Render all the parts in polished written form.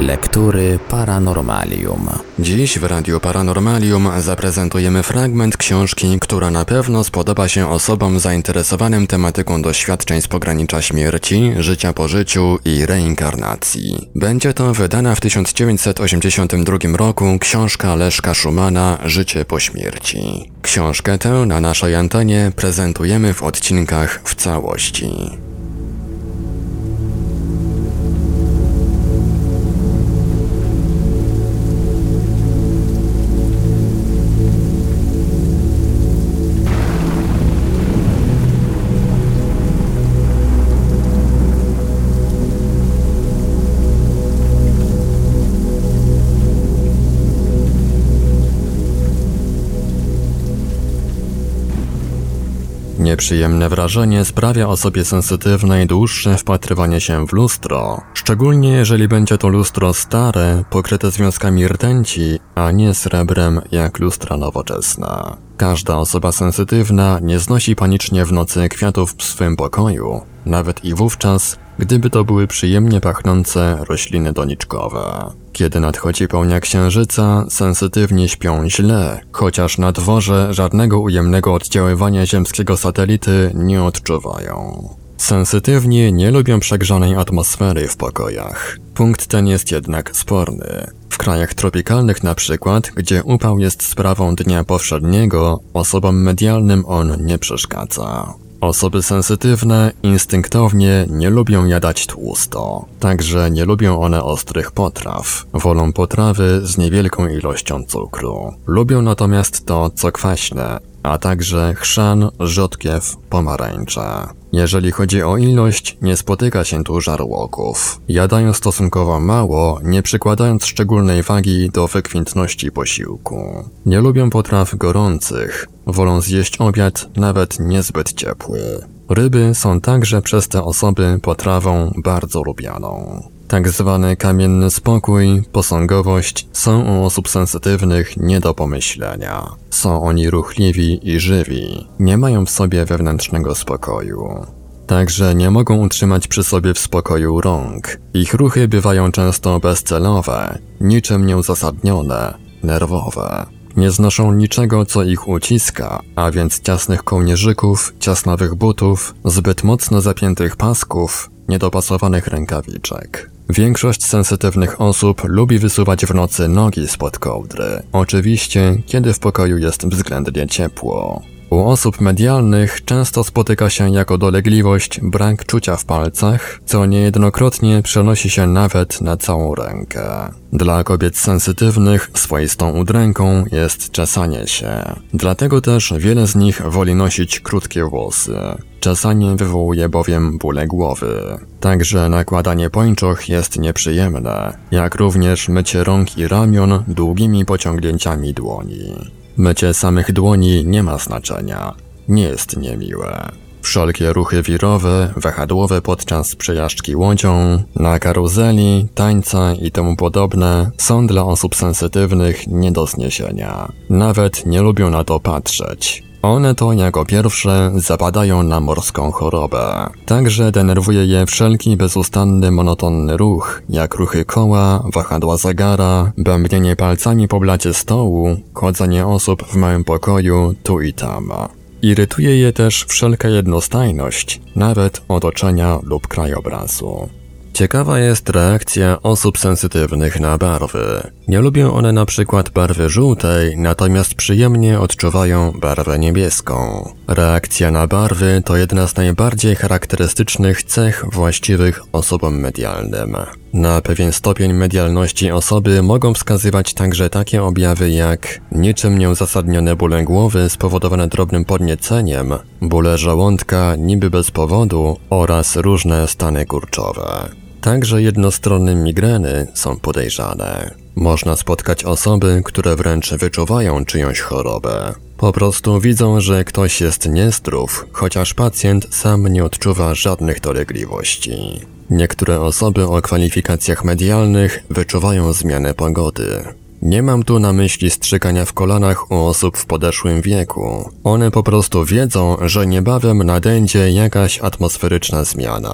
Lektury Paranormalium. Dziś w Radiu Paranormalium zaprezentujemy fragment książki, która na pewno spodoba się osobom zainteresowanym tematyką doświadczeń z pogranicza śmierci, życia po życiu i reinkarnacji. Będzie to wydana w 1982 roku książka Leszka Szumana Życie po śmierci. Książkę tę na naszej antenie prezentujemy w odcinkach w całości. Nieprzyjemne wrażenie sprawia osobie sensytywnej dłuższe wpatrywanie się w lustro, szczególnie jeżeli będzie to lustro stare, pokryte związkami rtęci, a nie srebrem jak lustra nowoczesne. Każda osoba sensytywna nie znosi panicznie w nocy kwiatów w swym pokoju, nawet i wówczas, gdyby to były przyjemnie pachnące rośliny doniczkowe. Kiedy nadchodzi pełnia księżyca, sensytywni śpią źle, chociaż na dworze żadnego ujemnego oddziaływania ziemskiego satelity nie odczuwają. Sensytywni nie lubią przegrzanej atmosfery w pokojach. Punkt ten jest jednak sporny. W krajach tropikalnych na przykład, gdzie upał jest sprawą dnia powszedniego, osobom medialnym on nie przeszkadza. Osoby sensytywne instynktownie nie lubią jadać tłusto, także nie lubią one ostrych potraw. Wolą potrawy z niewielką ilością cukru. Lubią natomiast to, co kwaśne, a także chrzan, rzodkiew, pomarańcze. Jeżeli chodzi o ilość, nie spotyka się tu żarłoków. Jadają stosunkowo mało, nie przykładając szczególnej wagi do wykwintności posiłku. Nie lubią potraw gorących, wolą zjeść obiad nawet niezbyt ciepły. Ryby są także przez te osoby potrawą bardzo lubianą. Tak zwany kamienny spokój, posągowość są u osób sensytywnych nie do pomyślenia. Są oni ruchliwi i żywi, nie mają w sobie wewnętrznego spokoju. Także nie mogą utrzymać przy sobie w spokoju rąk. Ich ruchy bywają często bezcelowe, niczym nieuzasadnione, nerwowe. Nie znoszą niczego, co ich uciska, a więc ciasnych kołnierzyków, ciasnawych butów, zbyt mocno zapiętych pasków, niedopasowanych rękawiczek. Większość sensytywnych osób lubi wysuwać w nocy nogi spod kołdry. Oczywiście, kiedy w pokoju jest względnie ciepło. U osób medialnych często spotyka się jako dolegliwość brak czucia w palcach, co niejednokrotnie przenosi się nawet na całą rękę. Dla kobiet sensytywnych swoistą udręką jest czesanie się. Dlatego też wiele z nich woli nosić krótkie włosy. Czesanie wywołuje bowiem bóle głowy. Także nakładanie pończoch jest nieprzyjemne, jak również mycie rąk i ramion długimi pociągnięciami dłoni. Mycie samych dłoni nie ma znaczenia, nie jest niemiłe. Wszelkie ruchy wirowe, wahadłowe podczas przejażdżki łodzią, na karuzeli, tańca i tomu podobne są dla osób sensytywnych nie do zniesienia. Nawet nie lubią na to patrzeć. One to jako pierwsze zapadają na morską chorobę. Także denerwuje je wszelki bezustanny, monotonny ruch, jak ruchy koła, wahadła zegara, bębnienie palcami po blacie stołu, chodzenie osób w małym pokoju tu i tam. Irytuje je też wszelka jednostajność, nawet otoczenia lub krajobrazu. Ciekawa jest reakcja osób sensytywnych na barwy. Nie lubią one na przykład barwy żółtej, natomiast przyjemnie odczuwają barwę niebieską. Reakcja na barwy to jedna z najbardziej charakterystycznych cech właściwych osobom medialnym. Na pewien stopień medialności osoby mogą wskazywać także takie objawy jak niczym nieuzasadnione bóle głowy spowodowane drobnym podnieceniem, bóle żołądka niby bez powodu oraz różne stany kurczowe. Także jednostronne migreny są podejrzane. Można spotkać osoby, które wręcz wyczuwają czyjąś chorobę. Po prostu widzą, że ktoś jest niezdrów, chociaż pacjent sam nie odczuwa żadnych dolegliwości. Niektóre osoby o kwalifikacjach medialnych wyczuwają zmianę pogody. Nie mam tu na myśli strzykania w kolanach u osób w podeszłym wieku. One po prostu wiedzą, że niebawem nadejdzie jakaś atmosferyczna zmiana.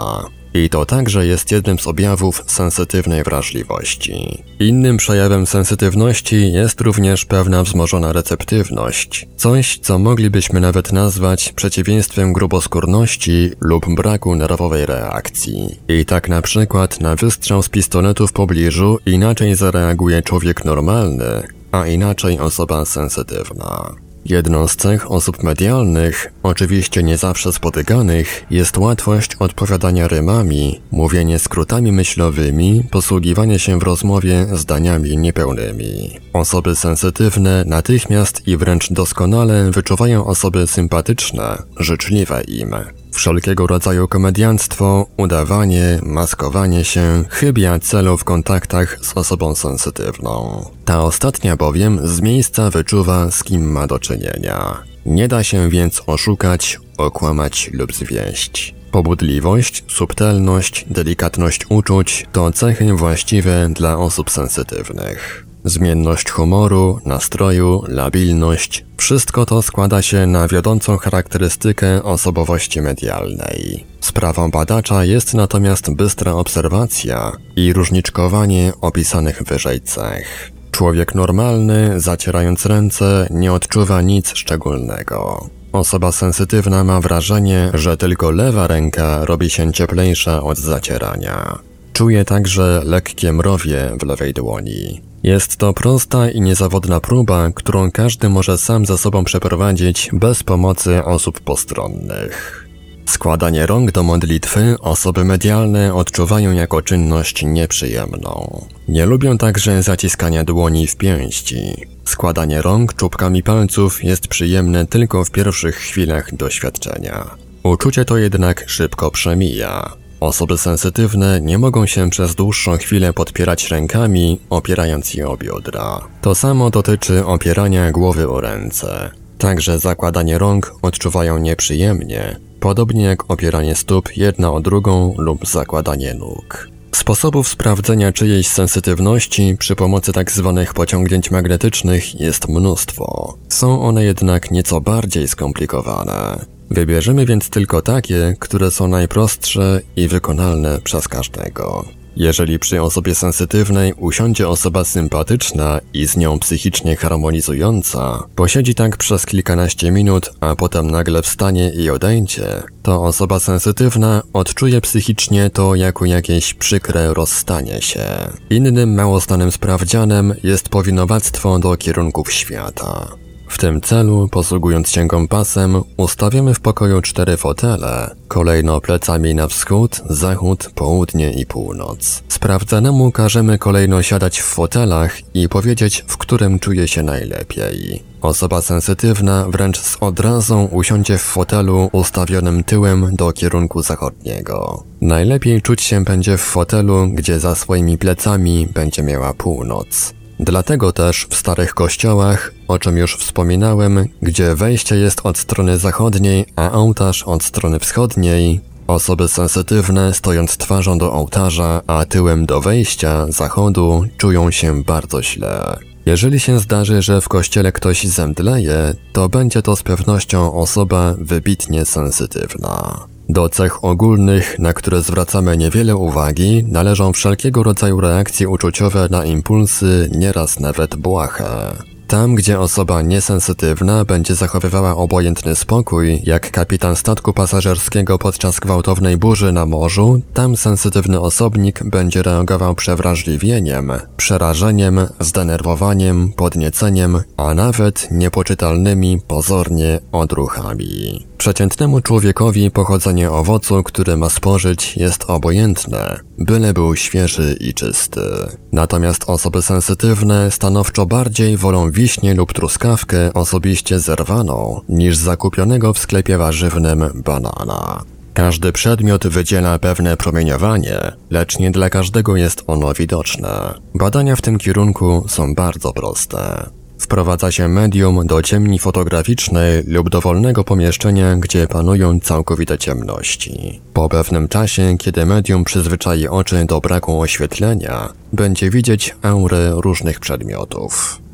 I to także jest jednym z objawów sensytywnej wrażliwości. Innym przejawem sensytywności jest również pewna wzmożona receptywność. Coś, co moglibyśmy nawet nazwać przeciwieństwem gruboskórności lub braku nerwowej reakcji. I tak na przykład na wystrzał z pistoletu w pobliżu inaczej zareaguje człowiek normalny, a inaczej osoba sensytywna. Jedną z cech osób medialnych, oczywiście nie zawsze spotykanych, jest łatwość odpowiadania rymami, mówienie skrótami myślowymi, posługiwanie się w rozmowie zdaniami niepełnymi. Osoby sensytywne natychmiast i wręcz doskonale wyczuwają osoby sympatyczne, życzliwe im. Wszelkiego rodzaju komediantstwo, udawanie, maskowanie się chybia celu w kontaktach z osobą sensytywną. Ta ostatnia bowiem z miejsca wyczuwa, z kim ma do czynienia. Nie da się więc oszukać, okłamać lub zwieść. Pobudliwość, subtelność, delikatność uczuć to cechy właściwe dla osób sensytywnych. Zmienność humoru, nastroju, labilność – wszystko to składa się na wiodącą charakterystykę osobowości medialnej. Sprawą badacza jest natomiast bystra obserwacja i różniczkowanie opisanych wyżej cech. Człowiek normalny, zacierając ręce, nie odczuwa nic szczególnego. Osoba sensytywna ma wrażenie, że tylko lewa ręka robi się cieplejsza od zacierania. Czuje także lekkie mrowie w lewej dłoni. Jest to prosta i niezawodna próba, którą każdy może sam ze sobą przeprowadzić bez pomocy osób postronnych. Składanie rąk do modlitwy osoby medialne odczuwają jako czynność nieprzyjemną. Nie lubią także zaciskania dłoni w pięści. Składanie rąk czubkami palców jest przyjemne tylko w pierwszych chwilach doświadczenia. Uczucie to jednak szybko przemija. Osoby sensytywne nie mogą się przez dłuższą chwilę podpierać rękami, opierając je o biodra. To samo dotyczy opierania głowy o ręce. Także zakładanie rąk odczuwają nieprzyjemnie, podobnie jak opieranie stóp jedna o drugą lub zakładanie nóg. Sposobów sprawdzenia czyjejś sensytywności przy pomocy tzw. pociągnięć magnetycznych jest mnóstwo. Są one jednak nieco bardziej skomplikowane. Wybierzemy więc tylko takie, które są najprostsze i wykonalne przez każdego. Jeżeli przy osobie sensytywnej usiądzie osoba sympatyczna i z nią psychicznie harmonizująca, posiedzi tak przez kilkanaście minut, a potem nagle wstanie i odejdzie, to osoba sensytywna odczuje psychicznie to jako jakieś przykre rozstanie się. Innym mało znanym sprawdzianem jest powinowactwo do kierunków świata. W tym celu, posługując się kompasem, ustawiamy w pokoju 4 fotele, kolejno plecami na wschód, zachód, południe i północ. Sprawdzanemu każemy kolejno siadać w fotelach i powiedzieć, w którym czuje się najlepiej. Osoba sensytywna wręcz z odrazą usiądzie w fotelu ustawionym tyłem do kierunku zachodniego. Najlepiej czuć się będzie w fotelu, gdzie za swoimi plecami będzie miała północ. Dlatego też w starych kościołach, o czym już wspominałem, gdzie wejście jest od strony zachodniej, a ołtarz od strony wschodniej, osoby sensytywne, stojąc twarzą do ołtarza, a tyłem do wejścia, zachodu, czują się bardzo źle. Jeżeli się zdarzy, że w kościele ktoś zemdleje, to będzie to z pewnością osoba wybitnie sensytywna. Do cech ogólnych, na które zwracamy niewiele uwagi, należą wszelkiego rodzaju reakcje uczuciowe na impulsy, nieraz nawet błahe. Tam, gdzie osoba niesensytywna będzie zachowywała obojętny spokój, jak kapitan statku pasażerskiego podczas gwałtownej burzy na morzu, tam sensytywny osobnik będzie reagował przewrażliwieniem, przerażeniem, zdenerwowaniem, podnieceniem, a nawet niepoczytalnymi pozornie odruchami. Przeciętnemu człowiekowi pochodzenie owocu, który ma spożyć, jest obojętne, byle był świeży i czysty. Natomiast osoby sensytywne stanowczo bardziej wolą wiśnię lub truskawkę osobiście zerwaną, niż zakupionego w sklepie warzywnym banana. Każdy przedmiot wydziela pewne promieniowanie, lecz nie dla każdego jest ono widoczne. Badania w tym kierunku są bardzo proste. Wprowadza się medium do ciemni fotograficznej lub dowolnego pomieszczenia, gdzie panują całkowite ciemności. Po pewnym czasie, kiedy medium przyzwyczai oczy do braku oświetlenia, będzie widzieć aury różnych przedmiotów.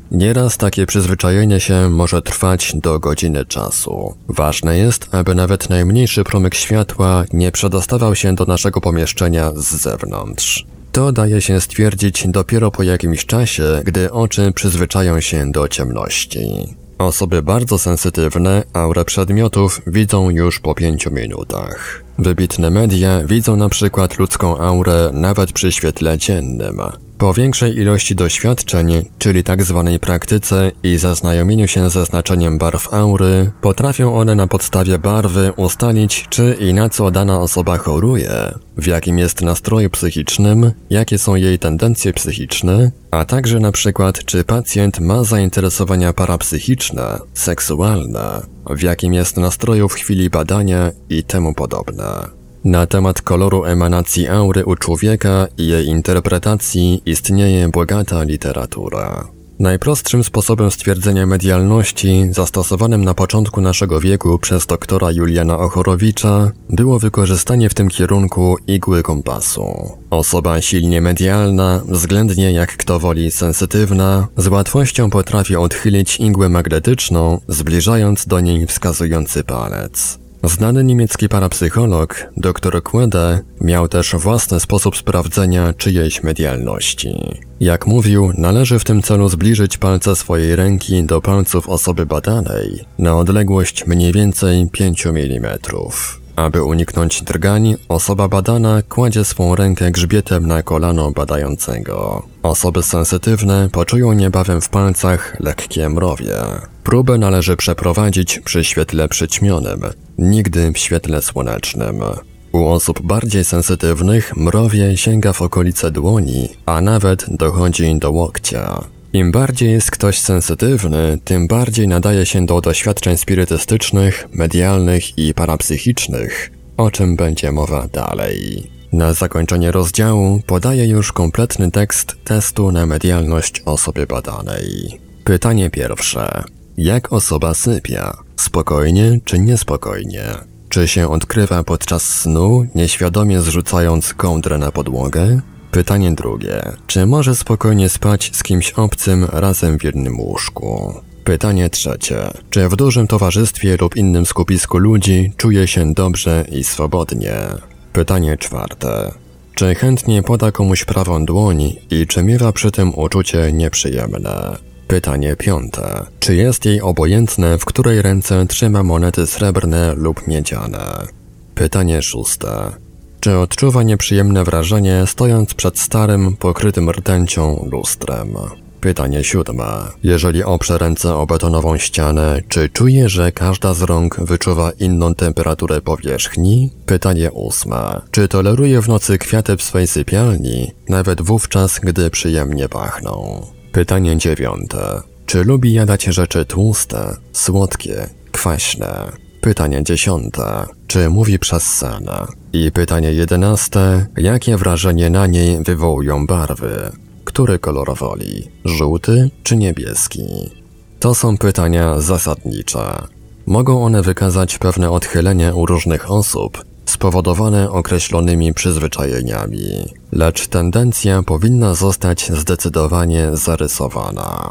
Nieraz takie przyzwyczajenie się może trwać do godziny czasu. Ważne jest, aby nawet najmniejszy promyk światła nie przedostawał się do naszego pomieszczenia z zewnątrz. To daje się stwierdzić dopiero po jakimś czasie, gdy oczy przyzwyczają się do ciemności. Osoby bardzo sensytywne aurę przedmiotów widzą już po 5 minutach. Wybitne media widzą na przykład ludzką aurę nawet przy świetle dziennym. Po większej ilości doświadczeń, czyli tak zwanej praktyce i zaznajomieniu się ze znaczeniem barw aury, potrafią one na podstawie barwy ustalić, czy i na co dana osoba choruje, w jakim jest nastroju psychicznym, jakie są jej tendencje psychiczne, a także na przykład czy pacjent ma zainteresowania parapsychiczne, seksualne, w jakim jest nastroju w chwili badania i temu podobne. Na temat koloru emanacji aury u człowieka i jej interpretacji istnieje bogata literatura. Najprostszym sposobem stwierdzenia medialności, zastosowanym na początku naszego wieku przez doktora Juliana Ochorowicza, było wykorzystanie w tym kierunku igły kompasu. Osoba silnie medialna, względnie jak kto woli sensytywna, z łatwością potrafi odchylić igłę magnetyczną, zbliżając do niej wskazujący palec. Znany niemiecki parapsycholog, dr Quede, miał też własny sposób sprawdzenia czyjejś medialności. Jak mówił, należy w tym celu zbliżyć palce swojej ręki do palców osoby badanej na odległość mniej więcej 5 mm. Aby uniknąć drgań, osoba badana kładzie swą rękę grzbietem na kolano badającego. Osoby sensytywne poczują niebawem w palcach lekkie mrowie. Próbę należy przeprowadzić przy świetle przyćmionym, nigdy w świetle słonecznym. U osób bardziej sensytywnych mrowie sięga w okolice dłoni, a nawet dochodzi do łokcia. Im bardziej jest ktoś sensytywny, tym bardziej nadaje się do doświadczeń spirytystycznych, medialnych i parapsychicznych, o czym będzie mowa dalej. Na zakończenie rozdziału podaję już kompletny tekst testu na medialność osoby badanej. Pytanie pierwsze. Jak osoba sypia? Spokojnie czy niespokojnie? Czy się odkrywa podczas snu, nieświadomie zrzucając kołdrę na podłogę? Pytanie drugie. Czy może spokojnie spać z kimś obcym razem w jednym łóżku? Pytanie trzecie. Czy w dużym towarzystwie lub innym skupisku ludzi czuje się dobrze i swobodnie? Pytanie czwarte. Czy chętnie poda komuś prawą dłoń i czy miewa przy tym uczucie nieprzyjemne? Pytanie piąte. Czy jest jej obojętne, w której ręce trzyma monety srebrne lub miedziane? Pytanie szóste. Czy odczuwa nieprzyjemne wrażenie, stojąc przed starym, pokrytym rtęcią lustrem? Pytanie siódme. Jeżeli oprze ręce o betonową ścianę, czy czuje, że każda z rąk wyczuwa inną temperaturę powierzchni? Pytanie ósme. Czy toleruje w nocy kwiaty w swej sypialni, nawet wówczas, gdy przyjemnie pachną? Pytanie dziewiąte. Czy lubi jadać rzeczy tłuste, słodkie, kwaśne? Pytanie 10. Czy mówi przez sen? I pytanie 11. Jakie wrażenie na niej wywołują barwy? Który kolor woli? Żółty czy niebieski? To są pytania zasadnicze. Mogą one wykazać pewne odchylenie u różnych osób, spowodowane określonymi przyzwyczajeniami, lecz tendencja powinna zostać zdecydowanie zarysowana.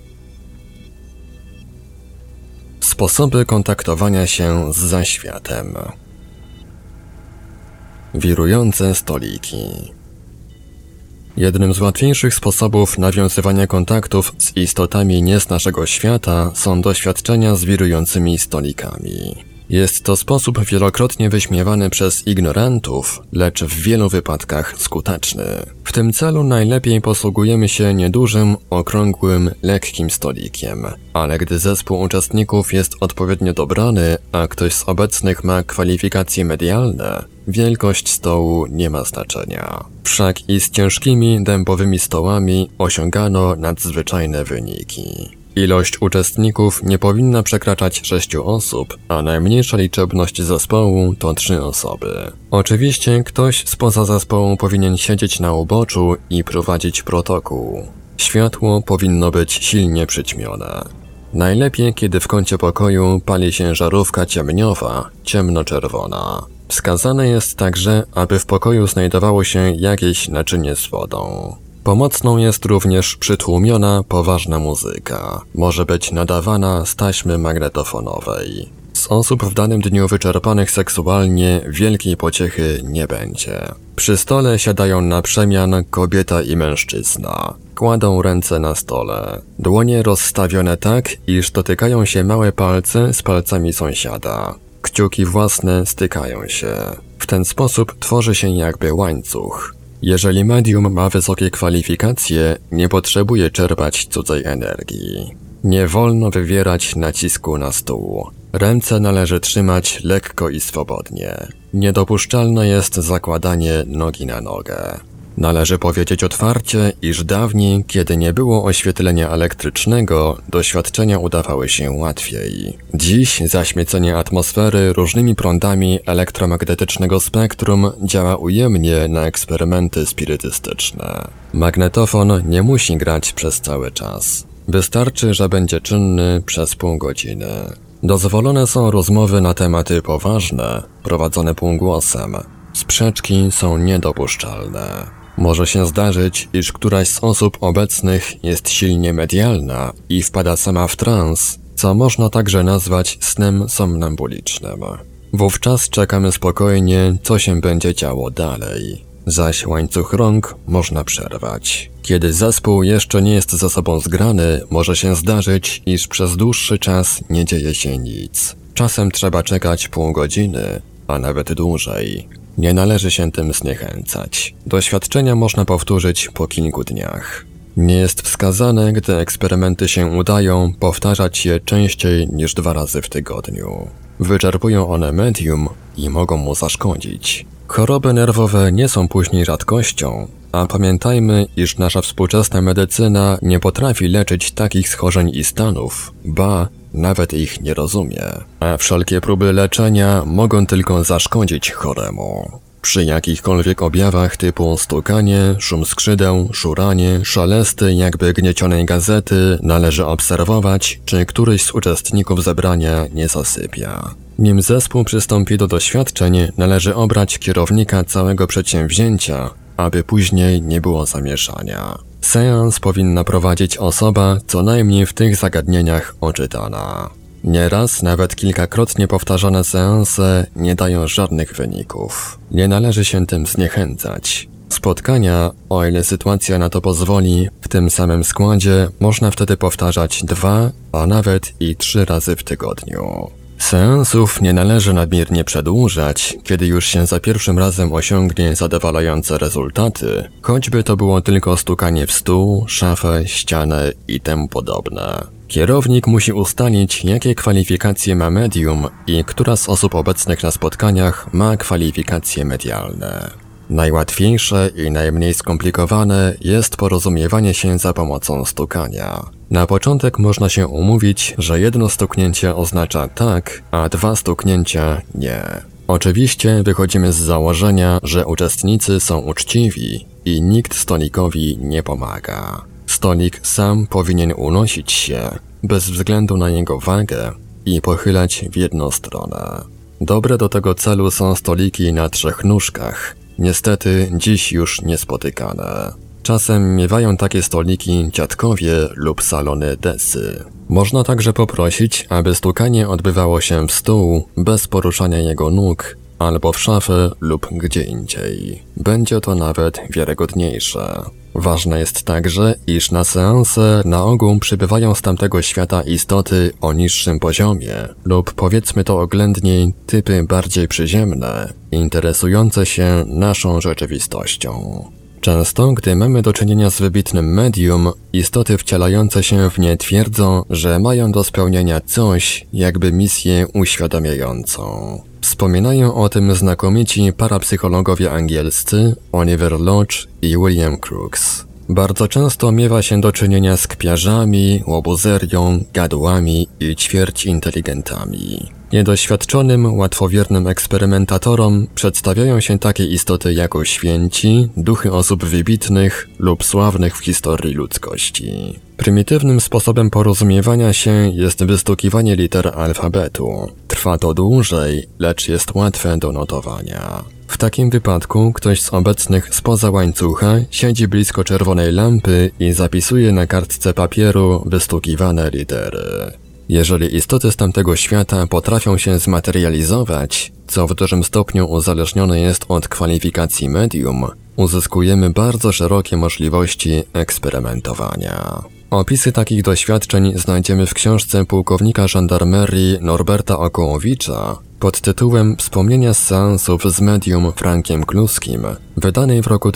Sposoby kontaktowania się z zaświatem. Wirujące stoliki. Jednym z łatwiejszych sposobów nawiązywania kontaktów z istotami nie z naszego świata są doświadczenia z wirującymi stolikami. Jest to sposób wielokrotnie wyśmiewany przez ignorantów, lecz w wielu wypadkach skuteczny. W tym celu najlepiej posługujemy się niedużym, okrągłym, lekkim stolikiem. Ale gdy zespół uczestników jest odpowiednio dobrany, a ktoś z obecnych ma kwalifikacje medialne, wielkość stołu nie ma znaczenia. Wszak i z ciężkimi, dębowymi stołami osiągano nadzwyczajne wyniki. Ilość uczestników nie powinna przekraczać 6 osób, a najmniejsza liczebność zespołu to 3 osoby. Oczywiście ktoś spoza zespołu powinien siedzieć na uboczu i prowadzić protokół. Światło powinno być silnie przyćmione. Najlepiej, kiedy w kącie pokoju pali się żarówka ciemniowa, ciemnoczerwona. Wskazane jest także, aby w pokoju znajdowało się jakieś naczynie z wodą. Pomocną jest również przytłumiona, poważna muzyka. Może być nadawana z taśmy magnetofonowej. Z osób w danym dniu wyczerpanych seksualnie wielkiej pociechy nie będzie. Przy stole siadają na przemian kobieta i mężczyzna. Kładą ręce na stole. Dłonie rozstawione tak, iż dotykają się małe palce z palcami sąsiada. Kciuki własne stykają się. W ten sposób tworzy się jakby łańcuch. Jeżeli medium ma wysokie kwalifikacje, nie potrzebuje czerpać cudzej energii. Nie wolno wywierać nacisku na stół. Ręce należy trzymać lekko i swobodnie. Niedopuszczalne jest zakładanie nogi na nogę. Należy powiedzieć otwarcie, iż dawniej, kiedy nie było oświetlenia elektrycznego, doświadczenia udawały się łatwiej. Dziś zaśmiecenie atmosfery różnymi prądami elektromagnetycznego spektrum działa ujemnie na eksperymenty spirytystyczne. Magnetofon nie musi grać przez cały czas. Wystarczy, że będzie czynny przez pół godziny. Dozwolone są rozmowy na tematy poważne, prowadzone półgłosem. Sprzeczki są niedopuszczalne. Może się zdarzyć, iż któraś z osób obecnych jest silnie medialna i wpada sama w trans, co można także nazwać snem somnambulicznym. Wówczas czekamy spokojnie, co się będzie działo dalej. Zaś łańcuch rąk można przerwać. Kiedy zespół jeszcze nie jest ze sobą zgrany, może się zdarzyć, iż przez dłuższy czas nie dzieje się nic. Czasem trzeba czekać pół godziny, a nawet dłużej. Nie należy się tym zniechęcać. Doświadczenia można powtórzyć po kilku dniach. Nie jest wskazane, gdy eksperymenty się udają, powtarzać je częściej niż 2 razy w tygodniu. Wyczerpują one medium i mogą mu zaszkodzić. Choroby nerwowe nie są później rzadkością, a pamiętajmy, iż nasza współczesna medycyna nie potrafi leczyć takich schorzeń i stanów, ba, nawet ich nie rozumie. A wszelkie próby leczenia mogą tylko zaszkodzić choremu. Przy jakichkolwiek objawach typu stukanie, szum skrzydeł, szuranie, szelesty jakby gniecionej gazety należy obserwować, czy któryś z uczestników zebrania nie zasypia. Nim zespół przystąpi do doświadczeń, należy obrać kierownika całego przedsięwzięcia, aby później nie było zamieszania. Seans powinna prowadzić osoba co najmniej w tych zagadnieniach oczytana. Nieraz, nawet kilkakrotnie powtarzane seanse nie dają żadnych wyników. Nie należy się tym zniechęcać. Spotkania, o ile sytuacja na to pozwoli, w tym samym składzie można wtedy powtarzać 2, a nawet i 3 razy w tygodniu. Seansów nie należy nadmiernie przedłużać, kiedy już się za pierwszym razem osiągnie zadowalające rezultaty, choćby to było tylko stukanie w stół, szafę, ścianę i tym podobne. Kierownik musi ustalić, jakie kwalifikacje ma medium i która z osób obecnych na spotkaniach ma kwalifikacje medialne. Najłatwiejsze i najmniej skomplikowane jest porozumiewanie się za pomocą stukania. Na początek można się umówić, że 1 stuknięcie oznacza tak, a 2 stuknięcia nie. Oczywiście wychodzimy z założenia, że uczestnicy są uczciwi i nikt stolikowi nie pomaga. Stolik sam powinien unosić się, bez względu na jego wagę, i pochylać w jedną stronę. Dobre do tego celu są stoliki na 3 nóżkach, niestety dziś już niespotykane. Czasem miewają takie stoliki dziadkowie lub salony desy. Można także poprosić, aby stukanie odbywało się w stół, bez poruszania jego nóg, albo w szafę lub gdzie indziej. Będzie to nawet wiarygodniejsze. Ważne jest także, iż na seanse na ogół przybywają z tamtego świata istoty o niższym poziomie lub powiedzmy to oględniej typy bardziej przyziemne, interesujące się naszą rzeczywistością. Często, gdy mamy do czynienia z wybitnym medium, istoty wcielające się w nie twierdzą, że mają do spełnienia coś, jakby misję uświadamiającą. Wspominają o tym znakomici parapsychologowie angielscy Oliver Lodge i William Crookes. Bardzo często miewa się do czynienia z kpiarzami, łobuzerią, gadłami i ćwierćinteligentami. Niedoświadczonym, łatwowiernym eksperymentatorom przedstawiają się takie istoty jako święci, duchy osób wybitnych lub sławnych w historii ludzkości. Prymitywnym sposobem porozumiewania się jest wystukiwanie liter alfabetu. Trwa to dłużej, lecz jest łatwe do notowania. W takim wypadku ktoś z obecnych spoza łańcucha siedzi blisko czerwonej lampy i zapisuje na kartce papieru wystukiwane litery. Jeżeli istoty z tamtego świata potrafią się zmaterializować, co w dużym stopniu uzależnione jest od kwalifikacji medium, uzyskujemy bardzo szerokie możliwości eksperymentowania. Opisy takich doświadczeń znajdziemy w książce pułkownika żandarmerii Norberta Okołowicza pod tytułem Wspomnienia z seansów z medium Frankiem Kluskim, wydanej w roku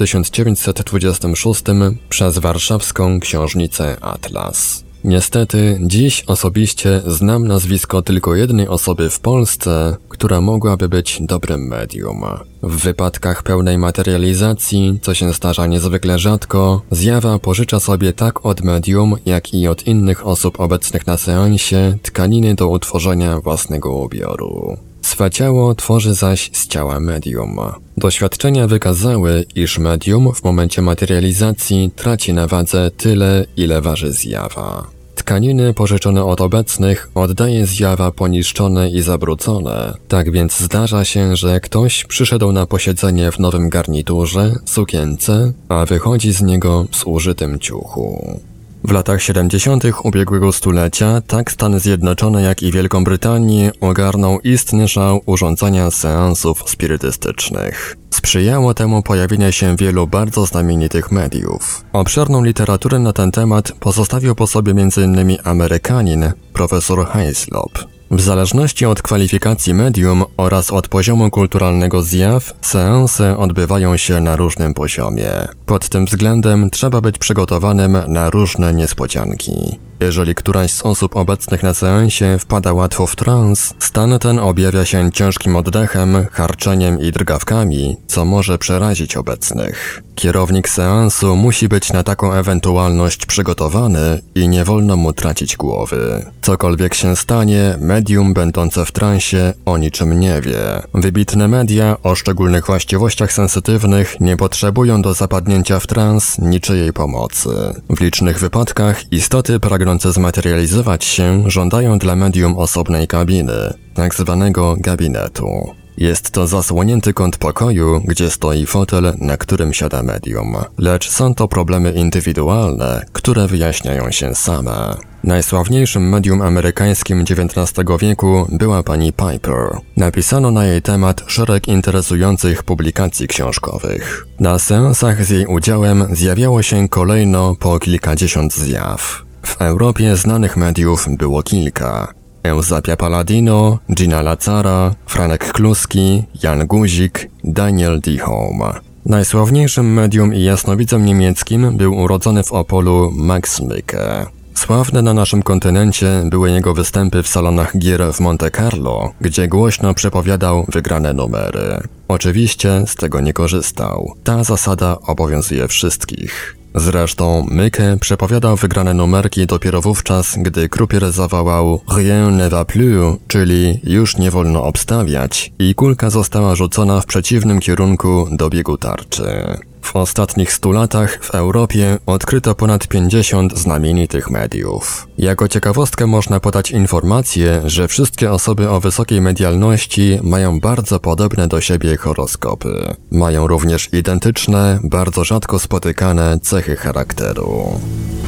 1926 przez warszawską książnicę Atlas. Niestety, dziś osobiście znam nazwisko tylko jednej osoby w Polsce, która mogłaby być dobrym medium. W wypadkach pełnej materializacji, co się zdarza niezwykle rzadko, zjawa pożycza sobie tak od medium, jak i od innych osób obecnych na seansie tkaniny do utworzenia własnego ubioru. Swe ciało tworzy zaś z ciała medium. Doświadczenia wykazały, iż medium w momencie materializacji traci na wadze tyle, ile waży zjawa. Tkaniny pożyczone od obecnych oddaje zjawa poniszczone i zabrudzone, tak więc zdarza się, że ktoś przyszedł na posiedzenie w nowym garniturze, sukience, a wychodzi z niego w zużytym ciuchu. W latach 70. ubiegłego stulecia tak Stany Zjednoczone, jak i Wielką Brytanię ogarnął istny szał urządzania seansów spirytystycznych. Sprzyjało temu pojawienie się wielu bardzo znamienitych mediów. Obszerną literaturę na ten temat pozostawił po sobie m.in. Amerykanin, profesor Hislop. W zależności od kwalifikacji medium oraz od poziomu kulturalnego zjaw, seanse odbywają się na różnym poziomie. Pod tym względem trzeba być przygotowanym na różne niespodzianki. Jeżeli któraś z osób obecnych na seansie wpada łatwo w trans, stan ten objawia się ciężkim oddechem, harczeniem i drgawkami, co może przerazić obecnych. Kierownik seansu musi być na taką ewentualność przygotowany i nie wolno mu tracić głowy. Cokolwiek się stanie, medium będące w transie o niczym nie wie. Wybitne media o szczególnych właściwościach sensytywnych nie potrzebują do zapadnięcia w trans niczyjej pomocy. W licznych wypadkach istoty pragnące zmaterializować się żądają dla medium osobnej kabiny, tak zwanego gabinetu. Jest to zasłonięty kąt pokoju, gdzie stoi fotel, na którym siada medium. Lecz są to problemy indywidualne, które wyjaśniają się same. Najsławniejszym medium amerykańskim XIX wieku była pani Piper. Napisano na jej temat szereg interesujących publikacji książkowych. Na seansach z jej udziałem zjawiało się kolejno po kilkadziesiąt zjaw. W Europie znanych mediów było kilka. Eusapia Palladino, Gina Lazzara, Franek Kluski, Jan Guzik, Daniel Deholm. Najsławniejszym medium i jasnowidzem niemieckim był urodzony w Opolu Max Mycke. Sławne na naszym kontynencie były jego występy w salonach gier w Monte Carlo, gdzie głośno przepowiadał wygrane numery. Oczywiście z tego nie korzystał. Ta zasada obowiązuje wszystkich. Zresztą Mycke przepowiadał wygrane numerki dopiero wówczas, gdy krupier zawołał Rien ne va plus, czyli już nie wolno obstawiać, i kulka została rzucona w przeciwnym kierunku do biegu tarczy. W ostatnich 100 latach w Europie odkryto ponad 50 znamienitych mediów. Jako ciekawostkę można podać informację, że wszystkie osoby o wysokiej medialności mają bardzo podobne do siebie horoskopy. Mają również identyczne, bardzo rzadko spotykane cechy charakteru.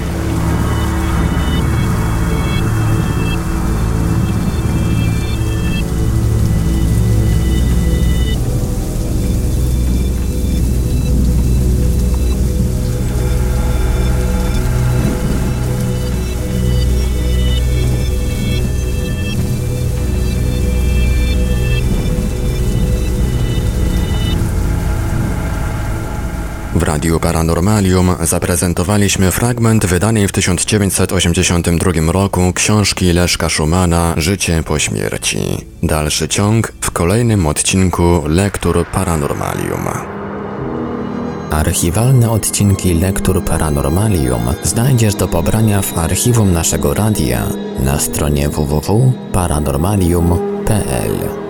W Radiu Paranormalium zaprezentowaliśmy fragment wydanej w 1982 roku książki Leszka Szumana Życie po śmierci. Dalszy ciąg w kolejnym odcinku Lektur Paranormalium. Archiwalne odcinki Lektur Paranormalium znajdziesz do pobrania w archiwum naszego radia na stronie www.paranormalium.pl. www.radiomaria.pl